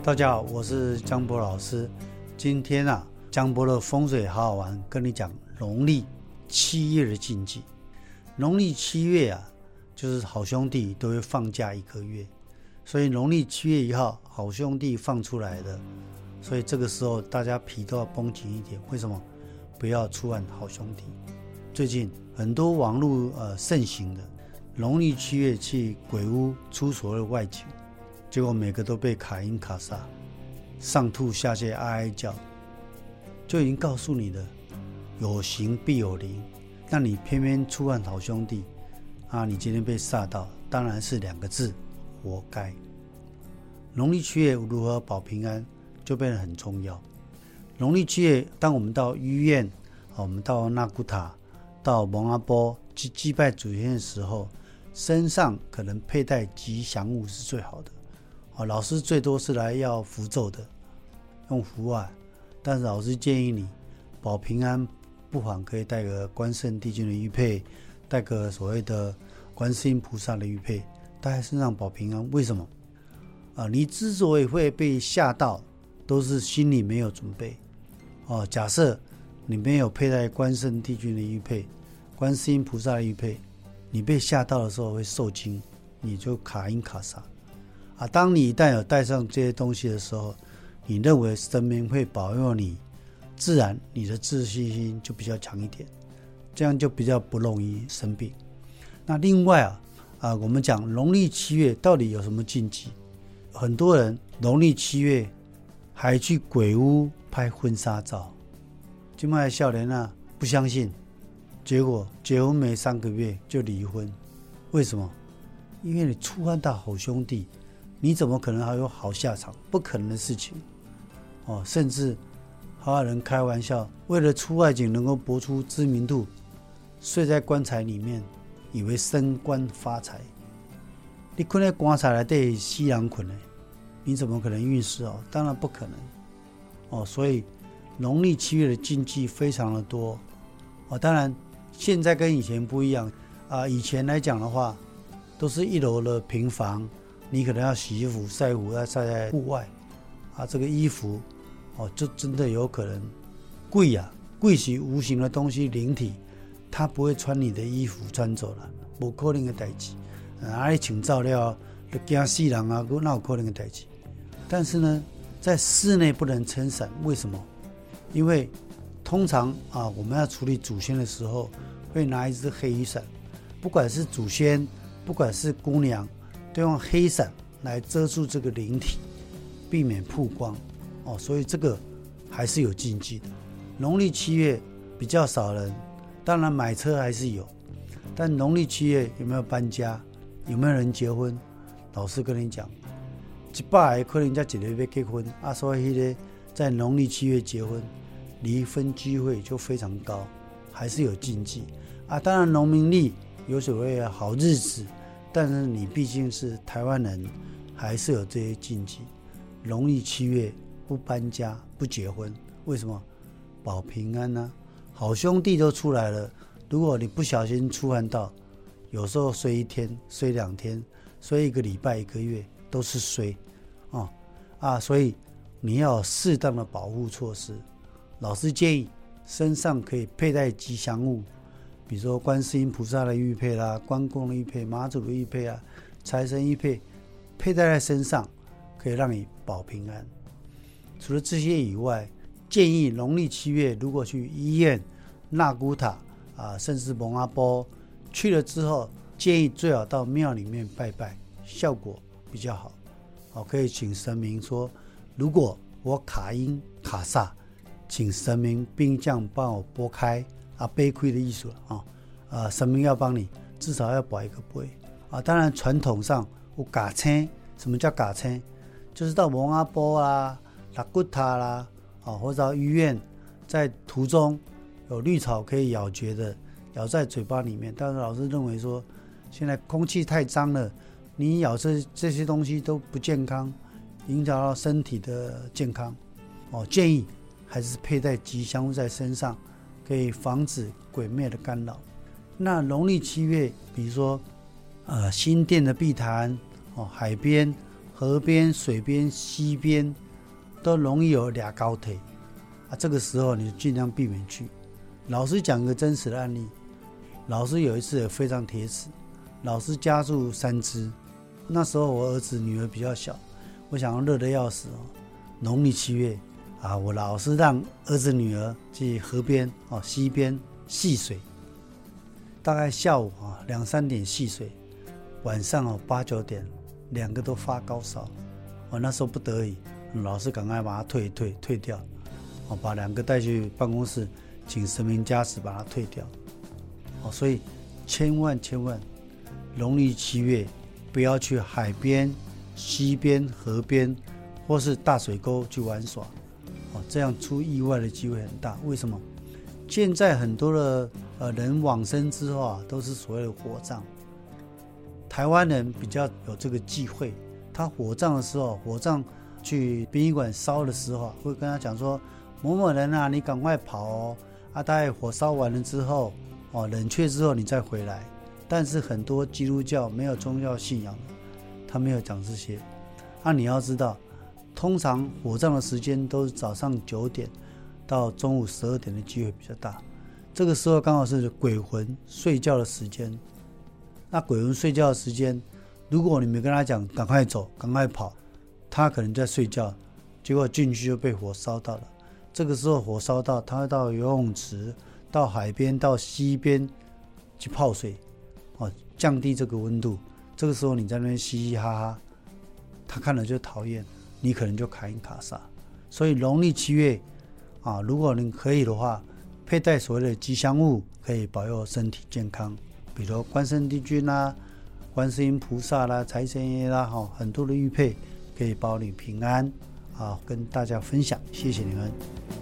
大家好，我是江波老师。今天江波的风水好好玩，跟你讲农历7月的禁忌。农历7月就是好兄弟都会放假1个月，所以农历7月1号好兄弟放出来的，所以这个时候大家皮都要绷紧一点。为什么？不要触犯好兄弟。最近很多网络盛行的农历7月去鬼屋出所谓的外景，结果每个都被卡阴卡煞，上吐下泻哀哀叫，就已经告诉你的有形必有灵，那你偏偏触犯好兄弟你今天被煞到，当然是2个字，活该。农历7月如何保平安就变得很重要。农历7月当我们到医院我们到纳古塔到蒙阿波去祭拜祖先的时候，身上可能佩戴吉祥物是最好的。老师最多是来要符咒的，用符碗，但是老师建议你保平安，不妨可以带个关圣帝君的玉佩，带个所谓的观世音菩萨的玉佩，带在身上保平安。为什么？你之所以会被吓到，都是心里没有准备。假设你没有佩戴关圣帝君的玉佩、观世音菩萨的玉佩，你被吓到的时候会受惊，你就卡阴卡煞。当你一旦有带上这些东西的时候，你认为神明会保佑你，自然你的自信心就比较强一点，这样就比较不容易生病。那另外我们讲农历7月到底有什么禁忌？很多人农历7月还去鬼屋拍婚纱照，现在的少年不相信，结果结婚没3个月就离婚。为什么？因为你触犯到好兄弟，你怎么可能还有好下场？不可能的事情。甚至还有人开玩笑，为了出外景能够博出知名度，睡在棺材里面，以为升官发财。你困在棺材里面死人困的，你怎么可能运势好？当然不可能。所以农历7月的禁忌非常的多。当然现在跟以前不一样。以前来讲的话，都是1楼的平房，你可能要洗衣服、晒衣服，要晒在户外。这个衣服就真的有可能鬼是无形的东西，灵体它不会穿你的衣服穿走了，没可能的代志。你穿走了就惊死人哪有可能的代志？但是呢，在室内不能撑伞，为什么？因为通常我们要处理祖先的时候，会拿一只黑雨伞，不管是祖先，不管是姑娘，都用黑伞来遮住这个灵体，避免曝光。所以这个还是有禁忌的。农历7月比较少人，当然买车还是有，但农历7月有没有搬家，有没有人结婚？老师跟你讲，100个可能才1个要结婚所以在农历7月结婚，离婚机会就非常高，还是有禁忌当然农民历有所谓的好日子，但是你毕竟是台湾人，还是有这些禁忌。农历7月不搬家不结婚，为什么？保平安好兄弟都出来了，如果你不小心触犯到，有时候衰1天衰2天衰1个礼拜1个月都是衰所以你要有适当的保护措施。老师建议身上可以佩戴吉祥物，比如说观世音菩萨的玉佩啦、关公的玉佩、妈祖的玉佩财神玉佩，佩戴在身上可以让你保平安。除了这些以外，建议农历7月如果去医院、纳古塔甚至蒙阿波去了之后，建议最好到庙里面拜拜，效果比较好。可以请神明说，如果我卡阴卡煞，请神明兵将帮我拨开杯开的意思神明要帮你，至少要保一个杯当然传统上有嘎青，什么叫嘎青？就是到蒙阿波拉古塔啦或者到医院，在途中有绿草可以咬嚼的，咬在嘴巴里面。但是老师认为说，现在空气太脏了，你咬这些东西都不健康，影响到身体的健康建议还是佩戴吉祥物在身上，可以防止鬼魅的干扰。那农历7月，比如说新店的碧潭海边河边、水边、溪边都容易有俩高腿这个时候你就尽量避免去。老师讲一个真实的案例，老师有一次也非常铁齿，老师家住三芝，那时候我儿子女儿比较小，我想要热得要死农历7月我老师让儿子女儿去河边溪边戏水，大概下午2-3点戏水，晚上8-9点两个都发高烧那时候不得已，老师赶快把他退掉把两个带去办公室，请神明加持把它退掉所以千万农历7月不要去海边、溪边、河边或是大水沟去玩耍这样出意外的机会很大。为什么？现在很多的人往生之后都是所谓的火葬，台湾人比较有这个忌讳，他火葬的时候，火葬去殡仪馆烧的时候会跟他讲说，某某人你赶快跑大概火烧完了之后冷却之后你再回来。但是很多基督教没有宗教信仰的，他没有讲这些你要知道，通常火葬的时间都是早上9点到中午12点的机会比较大，这个时候刚好是鬼魂睡觉的时间。那鬼魂睡觉的时间，如果你没跟他讲赶快走赶快跑，他可能在睡觉，结果进去就被火烧到了。这个时候火烧到，他会到游泳池、到海边、到溪边去泡水降低这个温度。这个时候你在那边嘻嘻哈哈，他看了就讨厌，你可能就卡因卡煞。所以农历7月如果你可以的话，佩戴所谓的吉祥物，可以保佑身体健康，比如关圣帝君观世音菩萨财神爷很多的玉佩可以保你平安跟大家分享，谢谢你们。